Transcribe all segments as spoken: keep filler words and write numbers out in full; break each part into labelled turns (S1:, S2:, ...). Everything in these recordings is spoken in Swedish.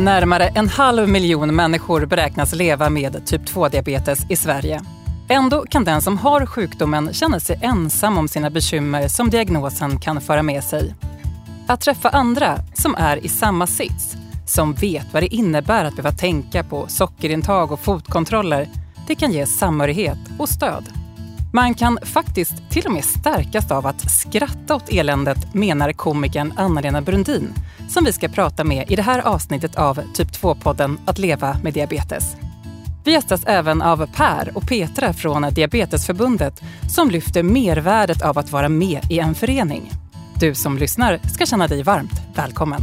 S1: Närmare en halv miljon människor beräknas leva med typ två-diabetes i Sverige. Ändå kan den som har sjukdomen känna sig ensam om sina bekymmer som diagnosen kan föra med sig. Att träffa andra som är i samma sits, som vet vad det innebär att behöva tänka på sockerintag och fotkontroller, det kan ge samhörighet och stöd. Man kan faktiskt till och med stärkas av att skratta åt eländet, menar komikern Anna-Lena Brundin, som vi ska prata med i det här avsnittet av Typ två-podden Att leva med diabetes. Vi gästas även av Per och Petra från Diabetesförbundet som lyfter mervärdet av att vara med i en förening. Du som lyssnar ska känna dig varmt välkommen.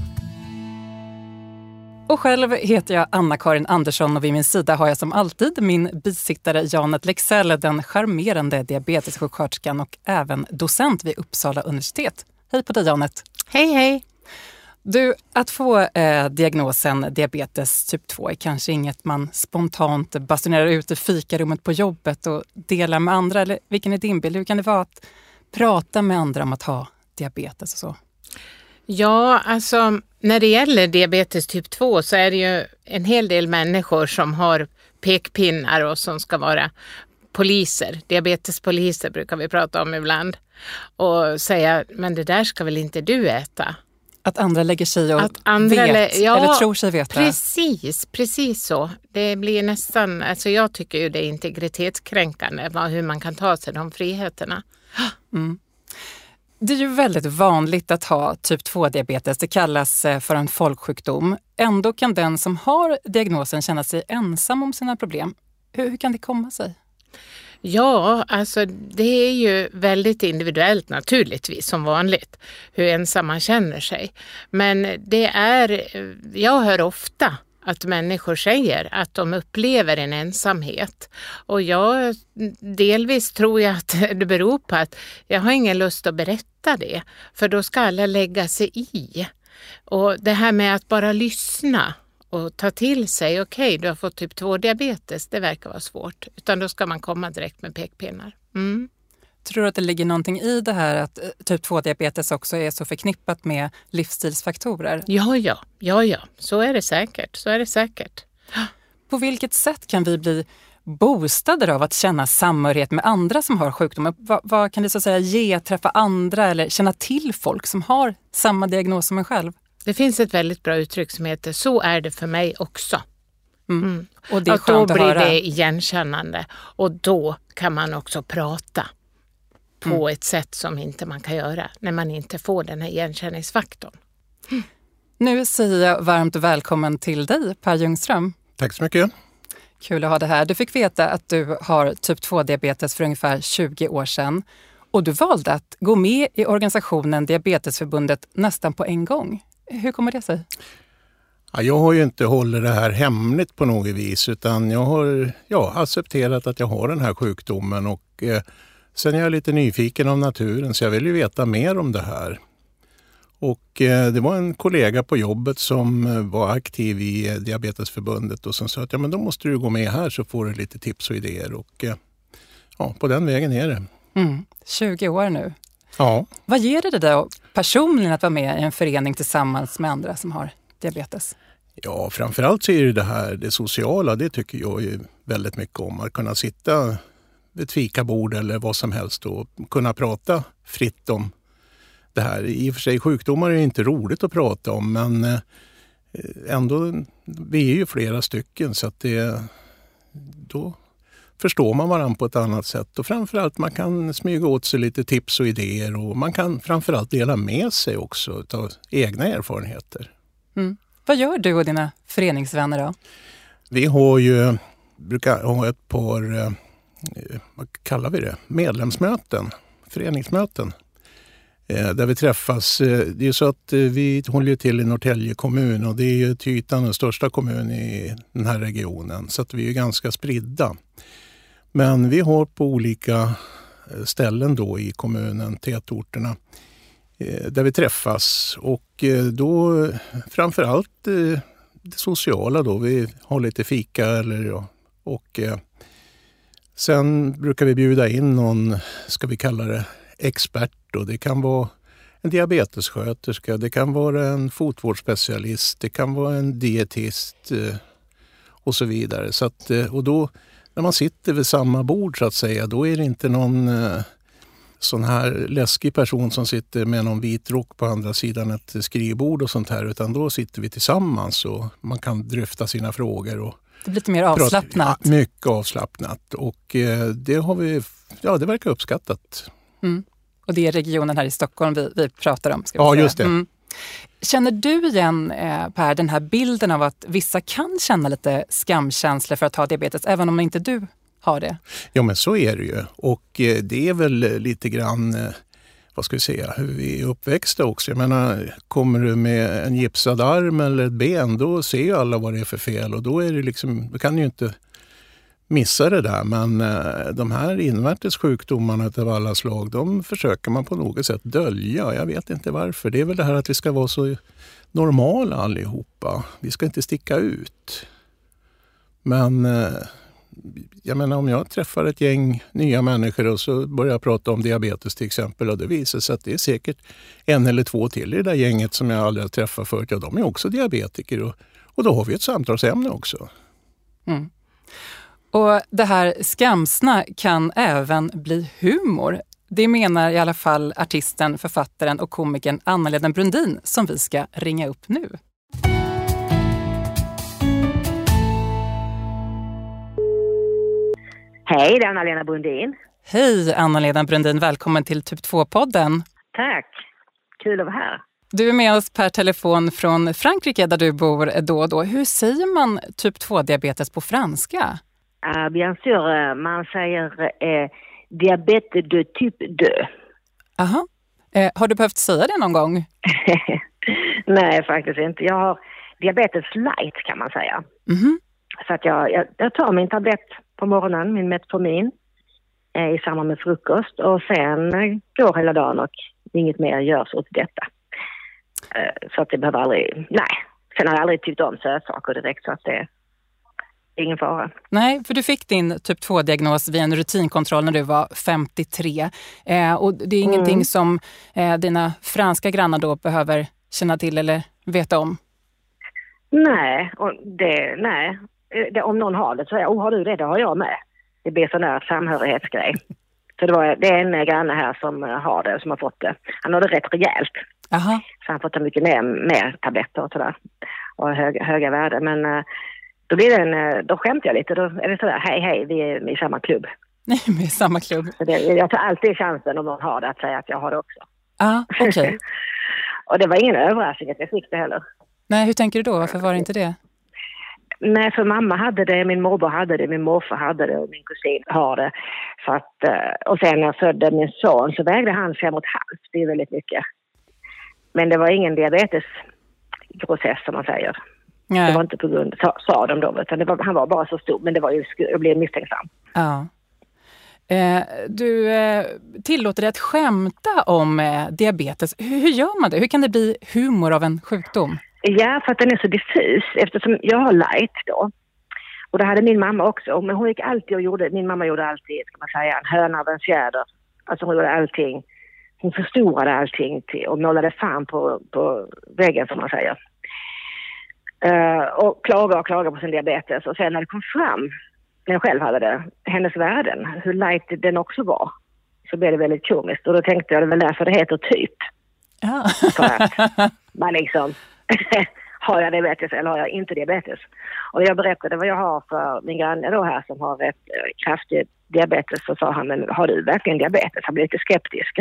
S1: Och själv heter jag Anna-Karin Andersson och vid min sida har jag som alltid min bisittare Janet Lexell, den charmerande diabetessjuksköterskan och även docent vid Uppsala universitet. Hej på dig, Janet.
S2: Hej, hej.
S1: Du, att få eh, diagnosen diabetes typ två är kanske inget man spontant basunerar ut i fikarummet på jobbet och delar med andra. Eller vilken är din bild? Hur kan det vara att prata med andra om att ha diabetes och så?
S2: Ja, alltså när det gäller diabetes typ två så är det ju en hel del människor som har pekpinnar och som ska vara poliser. Diabetespoliser brukar vi prata om ibland. Och säga, men det där ska väl inte du äta?
S1: Att andra lägger sig och
S2: att andra
S1: vet,
S2: lä- ja,
S1: eller tror sig veta.
S2: Precis, precis så. Det blir nästan, alltså jag tycker ju det är integritetskränkande hur man kan ta sig de friheterna.
S1: Mm. Det är ju väldigt vanligt att ha typ två-diabetes. Det kallas för en folksjukdom. Ändå kan den som har diagnosen känna sig ensam om sina problem. Hur, hur kan det komma sig?
S2: Ja, alltså det är ju väldigt individuellt naturligtvis som vanligt hur ensam man känner sig. Men det är, jag hör ofta att människor säger att de upplever en ensamhet. Och jag delvis tror jag att det beror på att jag har ingen lust att berätta det. För då ska alla lägga sig i. Och det här med att bara lyssna och ta till sig, okej, okay, du har fått typ två-diabetes, det verkar vara svårt. Utan då ska man komma direkt med pekpinnar. Mm.
S1: Tror du att det ligger någonting i det här att typ två-diabetes också är så förknippat med livsstilsfaktorer?
S2: Ja, ja, ja, ja. Så är det säkert. Så är det säkert.
S1: På vilket sätt kan vi bli boostade av att känna samhörighet med andra som har sjukdomen? Vad, vad kan det så att säga ge, träffa andra eller känna till folk som har samma diagnos som en själv?
S2: Det finns ett väldigt bra uttryck som heter så är det för mig också.
S1: Mm. Mm. Och det är
S2: att
S1: skönt
S2: då
S1: att
S2: blir
S1: höra.
S2: Det igenkännande och då kan man också prata på mm. ett sätt som inte man kan göra när man inte får den här igenkänningsfaktorn.
S1: Mm. Nu säger jag varmt välkommen till dig, Per Ljungström.
S3: Tack så mycket.
S1: Kul att ha det här. Du fick veta att du har typ två-diabetes för ungefär tjugo år sedan. Och du valde att gå med i organisationen Diabetesförbundet nästan på en gång. Hur kommer det sig?
S3: Ja, jag har ju inte hållit det här hemligt på något vis utan jag har ja, accepterat att jag har den här sjukdomen och eh, sen är jag lite nyfiken om naturen så jag vill ju veta mer om det här. Och eh, det var en kollega på jobbet som eh, var aktiv i eh, Diabetesförbundet och som sa att ja, men då måste du gå med här så får du lite tips och idéer och eh, ja, på den vägen är det.
S1: Mm, tjugo år nu.
S3: Ja.
S1: Vad ger det dig då personligen att vara med i en förening tillsammans med andra som har diabetes?
S3: Ja, framförallt så är det det här, det sociala, det tycker jag är väldigt mycket om. Att kunna sitta vid ett fikabord eller vad som helst och kunna prata fritt om det här. I och för sig sjukdomar är inte roligt att prata om men ändå, vi är ju flera stycken så att det, då förstår man varandra på ett annat sätt och framförallt man kan smyga åt sig lite tips och idéer och man kan framförallt dela med sig också av egna erfarenheter.
S1: Mm. Vad gör du och dina föreningsvänner då?
S3: Vi har ju, brukar ha ett par, eh, vad kallar vi det, medlemsmöten, föreningsmöten. Eh, där vi träffas, eh, det är ju så att eh, vi håller till i Norrtälje kommun och det är ju till ytan den största kommun i den här regionen så att vi är ganska spridda. Men vi har på olika ställen då i kommunen, tätorterna, där vi träffas och då framförallt det sociala då, vi har lite fika eller och sen brukar vi bjuda in någon, ska vi kalla det expert då, det kan vara en diabetessköterska, det kan vara en fotvårdsspecialist, det kan vara en dietist eh, och så vidare. Så att, eh, och då när man sitter vid samma bord så att säga, då är det inte någon eh, sån här läskig person som sitter med någon vit rock på andra sidan ett skrivbord och sånt här, utan då sitter vi tillsammans och man kan dryfta sina frågor. Och
S1: det blir lite mer avslappnat.
S3: Ja, mycket avslappnat och eh, det har vi, ja det verkar uppskattat.
S1: Mm. Och det är regionen här i Stockholm vi, vi pratar om. Ska vi
S3: ja,
S1: säga.
S3: just det. Mm.
S1: Känner du igen, eh, Per, den här bilden av att vissa kan känna lite skamkänslor för att ha diabetes, även om inte du har det? Ja,
S3: men så är det ju. Och eh, det är väl lite grann, eh, vad ska vi säga, hur vi är uppväxta också. Jag menar, kommer du med en gipsad arm eller ett ben, då ser ju alla vad det är för fel. Och då är det liksom, då kan ju inte missa det där, men eh, de här invärtes sjukdomarna av alla slag, de försöker man på något sätt dölja. Jag vet inte varför. Det är väl det här att vi ska vara så normala allihopa. Vi ska inte sticka ut. Men eh, jag menar, om jag träffar ett gäng nya människor och så börjar jag prata om diabetes till exempel, och det visar sig att det är säkert en eller två till i det där gänget som jag aldrig har träffat förut. Ja, de är också diabetiker och, och då har vi ett samtalsämne också.
S1: Mm. Och det här skamsna kan även bli humor. Det menar i alla fall artisten, författaren och komikern Anna-Lena Brundin som vi ska ringa upp nu.
S4: Hej, det är Anna-Lena Brundin.
S1: Hej Anna-Lena Brundin, välkommen till Typ två-podden.
S4: Tack, kul att vara här.
S1: Du är med oss per telefon från Frankrike där du bor då och då. Hur säger man typ två-diabetes på franska?
S4: Uh, bien sûr, man säger uh, diabetes de typ två.
S1: Aha. Eh, har du behövt säga det någon gång?
S4: Nej, faktiskt inte. Jag har diabetes light kan man säga.
S1: Mm-hmm.
S4: Så att jag, jag, jag tar min tablett på morgonen, min Metformin, eh, i samband med frukost. Och sen eh, går hela dagen och inget mer görs åt detta. Eh, så att det behöver aldrig... Nej, sen har jag aldrig tyckt om sötsaker direkt så att det... Ingen fara.
S1: Nej, för du fick din typ två-diagnos via en rutinkontroll när du var femtiotre. Eh, och det är ingenting mm. som eh, dina franska grannar då behöver känna till eller veta om?
S4: Nej, och det, nej. Det, om någon har det så säger jag, oh, har du det? Det har jag med. Det blir sån där samhörighetsgrej. Så det, var, det är en granne här som har det, som har fått det. Han har det rätt rejält.
S1: Aha.
S4: Så han får ta mycket mer, mer tabletter och sådär. Och höga, höga värden. Men... Då blir det en, då skämtar jag lite, då är det sådär, hej hej, vi är i samma klubb.
S1: Nej, vi är i samma klubb.
S4: Så det, jag tar alltid chansen om någon har det att säga att jag har det också.
S1: Ja, okej. Okay.
S4: Och det var ingen överraskning att jag fick det heller.
S1: Nej, hur tänker du då? Varför var det inte det?
S4: Nej, för mamma hade det, min morbror hade det, min morfar hade det och min kusin har det. Så att, och sen när jag födde min son så vägde han fem och ett halvt, det är väldigt mycket. Men det var ingen diabetesprocess som man säger. Nej. Det var inte på grund, sa, sa de då, utan det var, han var bara så stor, men det var ju, jag blev misstänksam.
S1: Ja. Eh, du eh, tillåter dig att skämta om eh, diabetes. Hur, hur gör man det? Hur kan det bli humor av en sjukdom?
S4: Ja, för att den är så diffus, eftersom jag har light då. Och det hade min mamma också, men hon gick alltid och gjorde, min mamma gjorde alltid, ska man säga, en höna av en fjäder. Alltså hon gjorde allting, hon förstorade allting till, och målade fan på, på väggen som man säger. Uh, och klaga och klaga på sin diabetes. Och sen när det kom fram, när jag själv hade det, hennes värden, hur light den också var, så blev det väldigt komiskt. Och då tänkte jag, det väl därför det heter typ.
S1: Ja.
S4: För att man liksom, har jag diabetes eller har jag inte diabetes? Och jag berättade vad jag har för min granne då här som har ett kraftig diabetes, så sa han, men har du verkligen diabetes? Han blev lite skeptisk.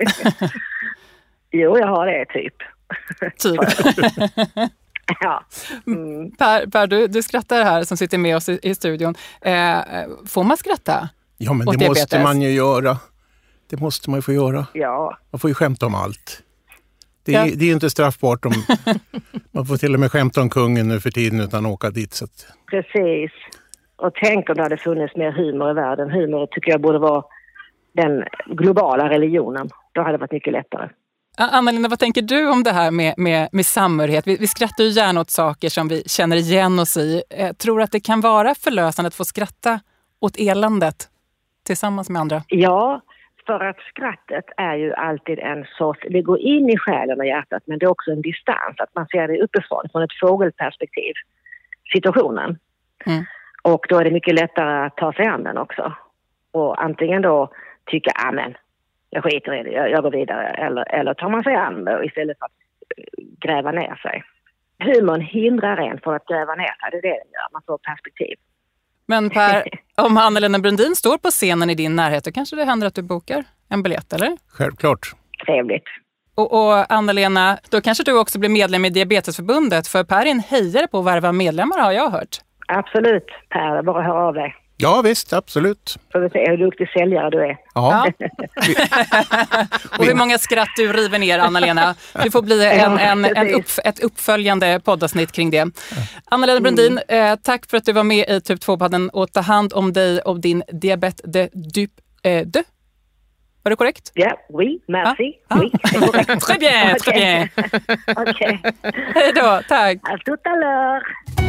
S4: Jo, jag har det typ.
S1: Typ.
S4: Ja. Mm.
S1: Per, per du, du skrattar här som sitter med oss i, i studion. Eh, får man skratta?
S3: Ja, men det diabetes? Måste man ju göra. Det måste man ju få göra.
S4: Ja.
S3: Man får ju skämta om allt. Det är, ja. det är ju inte straffbart om man får till och med skämta om kungen nu för tiden utan att åka dit. Så att...
S4: Precis. Och tänk om det hade funnits mer humor i världen. Humor tycker jag borde vara den globala religionen. Då hade det varit mycket lättare.
S1: Anna-Lena, vad tänker du om det här med, med, med samhörighet? Vi, vi skrattar ju gärna åt saker som vi känner igen oss i. Jag tror att det kan vara förlösande att få skratta åt eländet tillsammans med andra?
S4: Ja, för för att skrattet är ju alltid en sorts, det går in i själen och hjärtat, men det är också en distans, att man ser det uppifrån, från ett fågelperspektiv, situationen. Mm. Och då är det mycket lättare att ta sig an den också. Och antingen då tycka, amen, jag skiter i det, jag, jag går vidare, eller, eller tar man sig an det istället för att gräva ner sig. Humorn hindrar en från att gräva ner sig, det är det den gör, man får perspektiv.
S1: Men Per, om Anna-Lena Brundin står på scenen i din närhet, då kanske det händer att du bokar en biljett, eller?
S3: Självklart.
S4: Trevligt.
S1: Och, och Anna-Lena, då kanske du också blir medlem i Diabetesförbundet, för Per är en hejare på att värva medlemmar, har jag hört.
S4: Absolut, Per, bara hör av dig.
S3: Ja visst, absolut.
S4: Får vi se hur duktig säljare du är.
S1: Ja. Och hur många skratt du river ner, Anna-Lena. Det får bli en, en, en upp, ett uppföljande poddavsnitt kring det. Anna-Lena Brundin, eh, tack för att du var med i Typ två-podden och ta hand om dig och din diabet de typ eh, deux. Var det korrekt?
S4: Ja, yeah, oui, merci.
S1: Ah.
S4: Oui.
S1: Très bien, très bien.
S4: Okej.
S1: Hej då, tack.
S4: À tout à l'heure.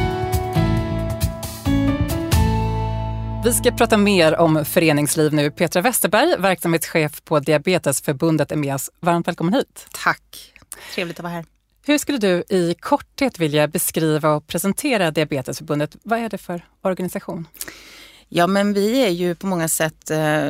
S1: Vi ska prata mer om föreningsliv nu. Petra Westerberg, verksamhetschef på Diabetesförbundet, är med oss. Varmt välkommen hit.
S5: Tack. Trevligt att vara här.
S1: Hur skulle du i korthet vilja beskriva och presentera Diabetesförbundet? Vad är det för organisation?
S5: Ja, men vi är ju på många sätt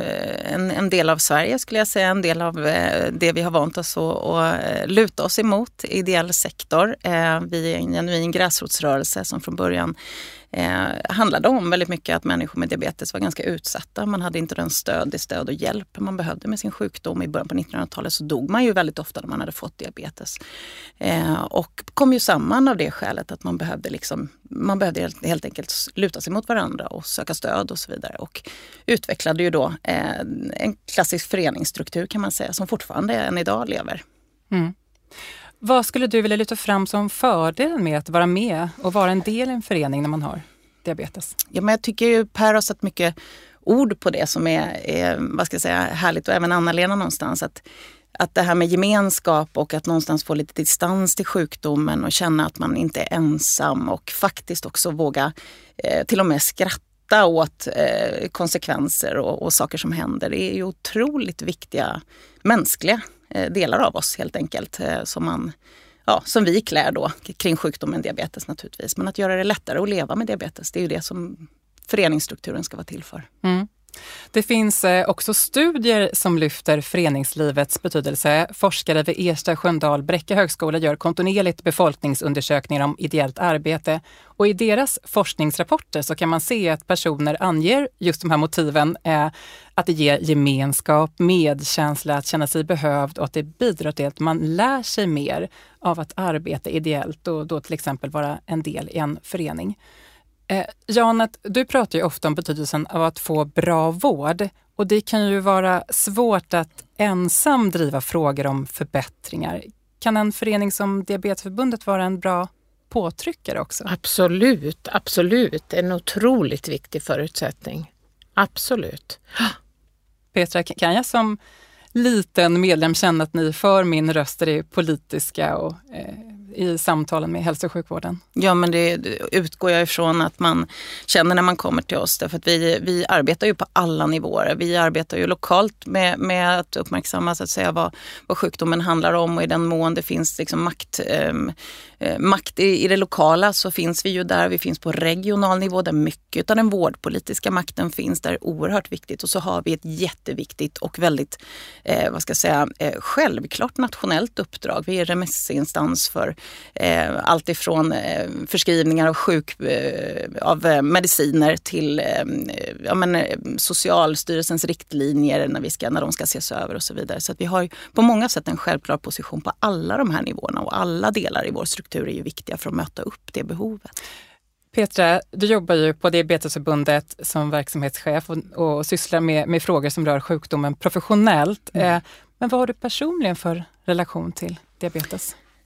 S5: en, en del av Sverige, skulle jag säga. En del av det vi har vant oss att luta oss emot, ideell sektor. Vi är en genuin gräsrotsrörelse som från början eh, handlade om väldigt mycket att människor med diabetes var ganska utsatta. Man hade inte den stöd, det stöd och hjälp man behövde med sin sjukdom. I början på nittonhundratalet så dog man ju väldigt ofta när man hade fått diabetes. Eh, och kom ju samman av det skälet att man behövde, liksom, man behövde helt, helt enkelt luta sig mot varandra och söka stöd och så vidare. Och utvecklade ju då eh, en klassisk föreningsstruktur, kan man säga, som fortfarande än idag lever.
S1: Mm. Vad skulle du vilja lyfta fram som fördelen med att vara med och vara en del i en förening när man har diabetes?
S5: Ja, men jag tycker ju Per har satt mycket ord på det som är, är vad ska jag säga, härligt, och även Anna-Lena någonstans. Att, att det här med gemenskap och att någonstans få lite distans till sjukdomen och känna att man inte är ensam och faktiskt också våga eh, till och med skratta åt eh, konsekvenser och, och saker som händer. Det är ju otroligt viktiga mänskliga eh, delar av oss helt enkelt eh, som man, ja, som vi klär då kring sjukdomen diabetes naturligtvis. Men att göra det lättare att leva med diabetes, det är ju det som föreningsstrukturen ska vara till för.
S1: Mm. Det finns också studier som lyfter föreningslivets betydelse. Forskare vid Ersta Sköndal Bräcke högskola gör kontinuerligt befolkningsundersökningar om ideellt arbete. Och i deras forskningsrapporter så kan man se att personer anger just de här motiven. Eh, att det ger gemenskap, medkänsla, att känna sig behövd och att det bidrar till att man lär sig mer av att arbeta ideellt och då till exempel vara en del i en förening. Eh, Janet, du pratar ju ofta om betydelsen av att få bra vård, och det kan ju vara svårt att ensam driva frågor om förbättringar. Kan en förening som Diabetesförbundet vara en bra påtryckare också?
S2: Absolut, absolut. En otroligt viktig förutsättning. Absolut.
S1: Petra, kan jag som liten medlem känna att ni för min röst i det politiska och eh, i samtalen med hälso- och sjukvården?
S5: Ja, men det utgår jag ifrån att man känner när man kommer till oss. Därför att vi, vi arbetar ju på alla nivåer. Vi arbetar ju lokalt med, med att uppmärksamma så att säga, vad, vad sjukdomen handlar om, och i den mån det finns liksom makt, eh, makt i, i det lokala så finns vi ju där. Vi finns på regional nivå där mycket av den vårdpolitiska makten finns. Där är oerhört viktigt. Och så har vi ett jätteviktigt och väldigt eh, vad ska jag säga, eh, självklart nationellt uppdrag. Vi är remissinstans för Eh, allt ifrån eh, förskrivningar av, sjuk, eh, av eh, mediciner till eh, ja, men, eh, Socialstyrelsens riktlinjer när, vi ska, när de ska ses över och så vidare. Så att vi har på många sätt en självklar position på alla de här nivåerna, och alla delar i vår struktur är ju viktiga för att möta upp det behovet.
S1: Petra, du jobbar ju på Diabetesförbundet som verksamhetschef och, och sysslar med, med frågor som rör sjukdomen professionellt. Mm. Eh, men vad har du personligen för relation till diabetes?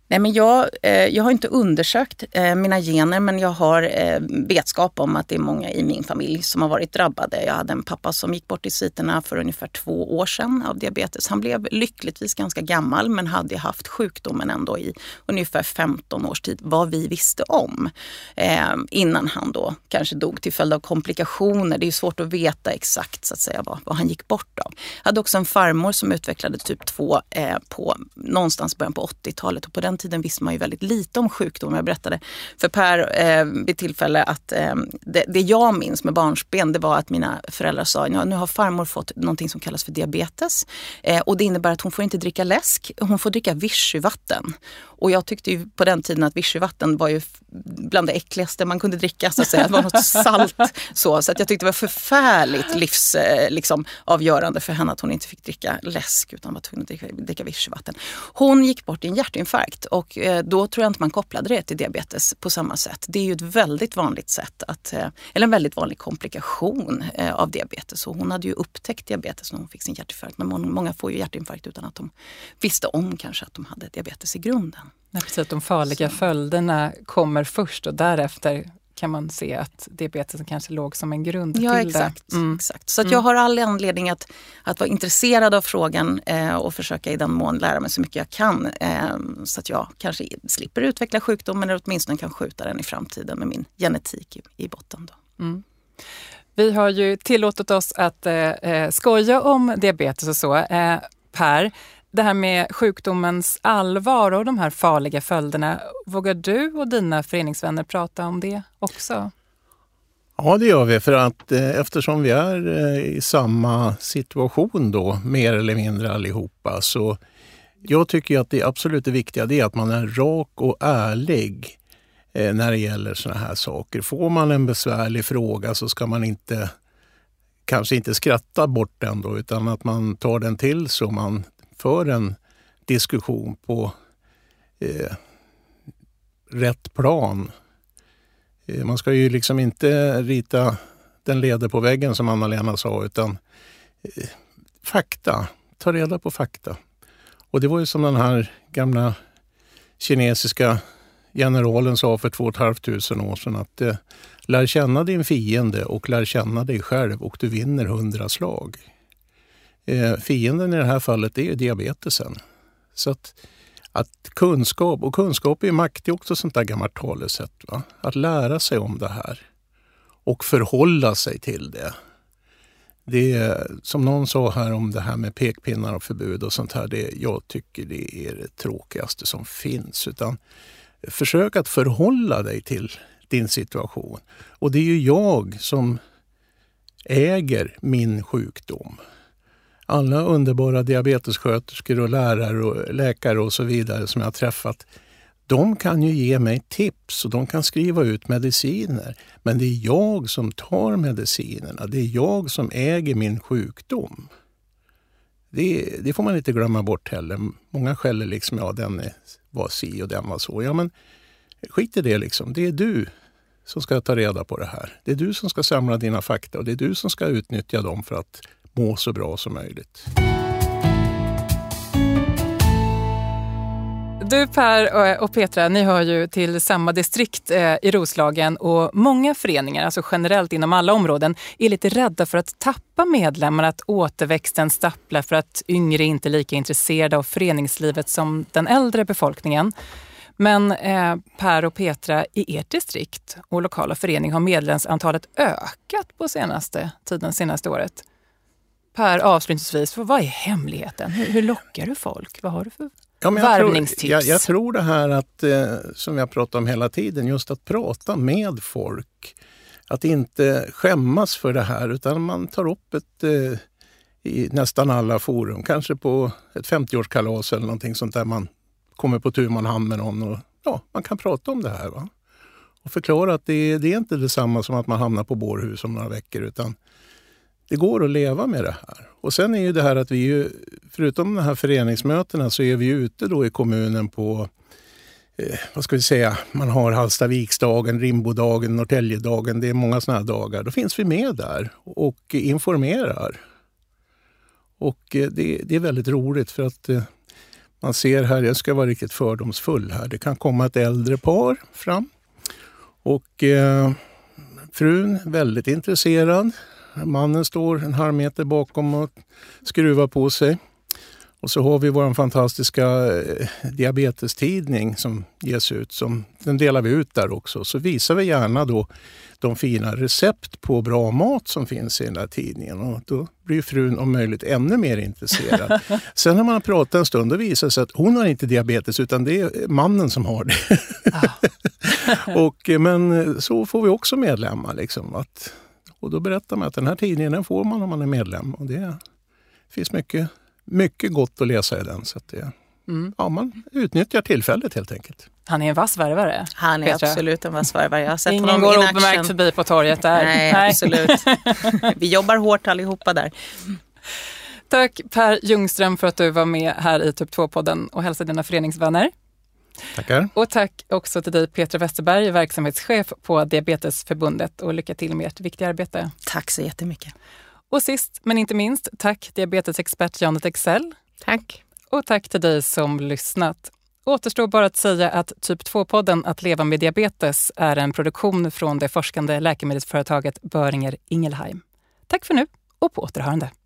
S5: Nej, men jag, eh, jag har inte undersökt eh, mina gener, men jag har eh, vetskap om att det är många i min familj som har varit drabbade. Jag hade en pappa som gick bort i sviterna för ungefär två år sedan av diabetes. Han blev lyckligtvis ganska gammal, men hade haft sjukdomen ändå i ungefär femton års tid, vad vi visste om. Eh, innan han då kanske dog till följd av komplikationer. Det är svårt att veta exakt så att säga vad, vad han gick bort av. Jag hade också en farmor som utvecklade typ två eh, på någonstans början på åttiotalet, och på den tiden visste man ju väldigt lite om sjukdom. Jag berättade för Per eh, vid tillfälle att eh, det, det jag minns med barnsben, det var att mina föräldrar sa, ja, nu har farmor fått någonting som kallas för diabetes eh, och det innebär att hon får inte dricka läsk, hon får dricka vichyvatten. Och jag tyckte ju på den tiden att vichyvatten var ju bland det äckligaste man kunde dricka, så att säga. Det var något salt så, så att jag tyckte det var förfärligt livs, eh, liksom, avgörande för henne att hon inte fick dricka läsk utan var tvungen att dricka, dricka vichyvatten. Hon gick bort i en hjärtinfarkt, och eh, då tror jag inte man kopplade det till diabetes på samma sätt. Det är ju ett väldigt vanligt sätt att, eh, eller en väldigt vanlig komplikation eh, av diabetes. Och hon hade ju upptäckt diabetes när hon fick sin hjärtinfarkt, men många får ju hjärtinfarkt utan att de visste om kanske att de hade diabetes i grunden.
S1: Nej, precis, de farliga
S5: så.
S1: följderna kommer först, och därefter kan man se att diabetesen kanske låg som en grund
S5: ja,
S1: till
S5: exakt,
S1: det. Mm.
S5: exakt. Så att
S1: Mm.
S5: jag har all anledning att, att vara intresserad av frågan eh, och försöka i den mån lära mig så mycket jag kan. Eh, så att jag kanske slipper utveckla sjukdomen, eller åtminstone kan skjuta den i framtiden med min genetik i, i botten. Då.
S1: Mm. Vi har ju tillåtit oss att eh, skoja om diabetes och så. Eh, Per, det här med sjukdomens allvar och de här farliga följderna, vågar du och dina föreningsvänner prata om det också?
S3: Ja, det gör vi, för att eh, eftersom vi är eh, i samma situation då, mer eller mindre allihopa, så jag tycker att det absolut det viktiga det är att man är rak och ärlig eh, när det gäller såna här saker. Får man en besvärlig fråga så ska man inte kanske inte skratta bort den då, utan att man tar den till så man för en diskussion på eh, rätt plan. Eh, man ska ju liksom inte rita den leder på väggen som Anna-Lena sa, utan eh, fakta. Ta reda på fakta. Och det var ju som den här gamla kinesiska generalen sa för två och ett halvt tusen år sedan, att eh, lär känna din fiende och lär känna dig själv och du vinner hundra slag. Eh, fienden i det här fallet är ju diabetesen. Så att, att kunskap, och kunskap är makt, det är också sånt där gammalt talesätt, va? Att lära sig om det här och förhålla sig till det. Det är, som någon sa här om det här med pekpinnar och förbud och sånt här, det, jag tycker det är det tråkigaste som finns. Utan försök att förhålla dig till din situation. Och det är ju jag som äger min sjukdom. Alla underbara diabetessköterskor och lärare och läkare och så vidare som jag har träffat, de kan ju ge mig tips och de kan skriva ut mediciner. Men det är jag som tar medicinerna. Det är jag som äger min sjukdom. Det, det får man inte glömma bort heller. Många skäller liksom, ja den var si och den var så. Ja men skit i det liksom. Det är du som ska ta reda på det här. Det är du som ska samla dina fakta och det är du som ska utnyttja dem för att må så bra som möjligt.
S1: Du Per och Petra, ni hör ju till samma distrikt i Roslagen, och många föreningar, alltså generellt inom alla områden, är lite rädda för att tappa medlemmar, att återväxten stapplar för att yngre inte är lika intresserade av föreningslivet som den äldre befolkningen. Men eh, Per och Petra, i ert distrikt och lokala förening har medlemsantalet ökat på senaste tiden, senaste året. Per, avslutningsvis, vad är hemligheten? Hur, hur lockar du folk? Vad har du för
S3: ja, men jag
S1: värvningstips?
S3: Tror, jag, jag tror det här att, eh, som jag pratar om hela tiden, just att prata med folk. Att inte skämmas för det här, utan man tar upp ett eh, i nästan alla forum. Kanske på ett femtioårskalas eller någonting sånt där man kommer på tur man hand med någon och ja, man kan prata om det här, va? Och förklara att det, det är inte detsamma som att man hamnar på bårhus om några veckor, utan det går att leva med det här. Och sen är ju det här att vi ju, förutom de här föreningsmötena så är vi ute då i kommunen på, eh, vad ska vi säga, man har Hallstaviksdagen, Rimbodagen, Norrtäljedagen, det är många sådana här dagar. Då finns vi med där och informerar. Och eh, det, det är väldigt roligt för att eh, Man ser här, jag ska vara riktigt fördomsfull här, det kan komma ett äldre par fram. Och eh, frun väldigt intresserad. Mannen står en halv meter bakom och skruvar på sig. Och så har vi vår fantastiska eh, diabetestidning som ges ut. Som, den delar vi ut där också. Så visar vi gärna då de fina recept på bra mat som finns i den här tidningen. Och då blir frun om möjligt ännu mer intresserad. Sen när man har pratat en stund och visar sig att hon har inte diabetes utan det är mannen som har det. och, men så får vi också medlemmar. Liksom, att, och då berättar man att den här tidningen den får man om man är medlem. Och det finns mycket... Mycket gott att läsa i den. Så att det, mm. ja, man utnyttjar tillfället helt enkelt.
S1: Han är en vass värvare.
S5: Han är Petra. Absolut en vass värvare. Jag har sett
S1: Ingen
S5: honom
S1: går
S5: in action.
S1: obemärkt förbi på torget där.
S5: Nej, Nej. absolut. Vi jobbar hårt allihopa där.
S1: Tack Per Ljungström för att du var med här i Typ två-podden och hälsa dina föreningsvänner.
S3: Tackar.
S1: Och tack också till dig Petra Westerberg, verksamhetschef på Diabetesförbundet, och lycka till med ert viktiga arbete.
S5: Tack så jättemycket.
S1: Och sist men inte minst, tack diabetesexpert Janet Excel.
S2: Tack.
S1: Och tack till dig som lyssnat. Återstår bara att säga att Typ två-podden Att leva med diabetes är en produktion från det forskande läkemedelsföretaget Boehringer Ingelheim. Tack för nu och på återhörande.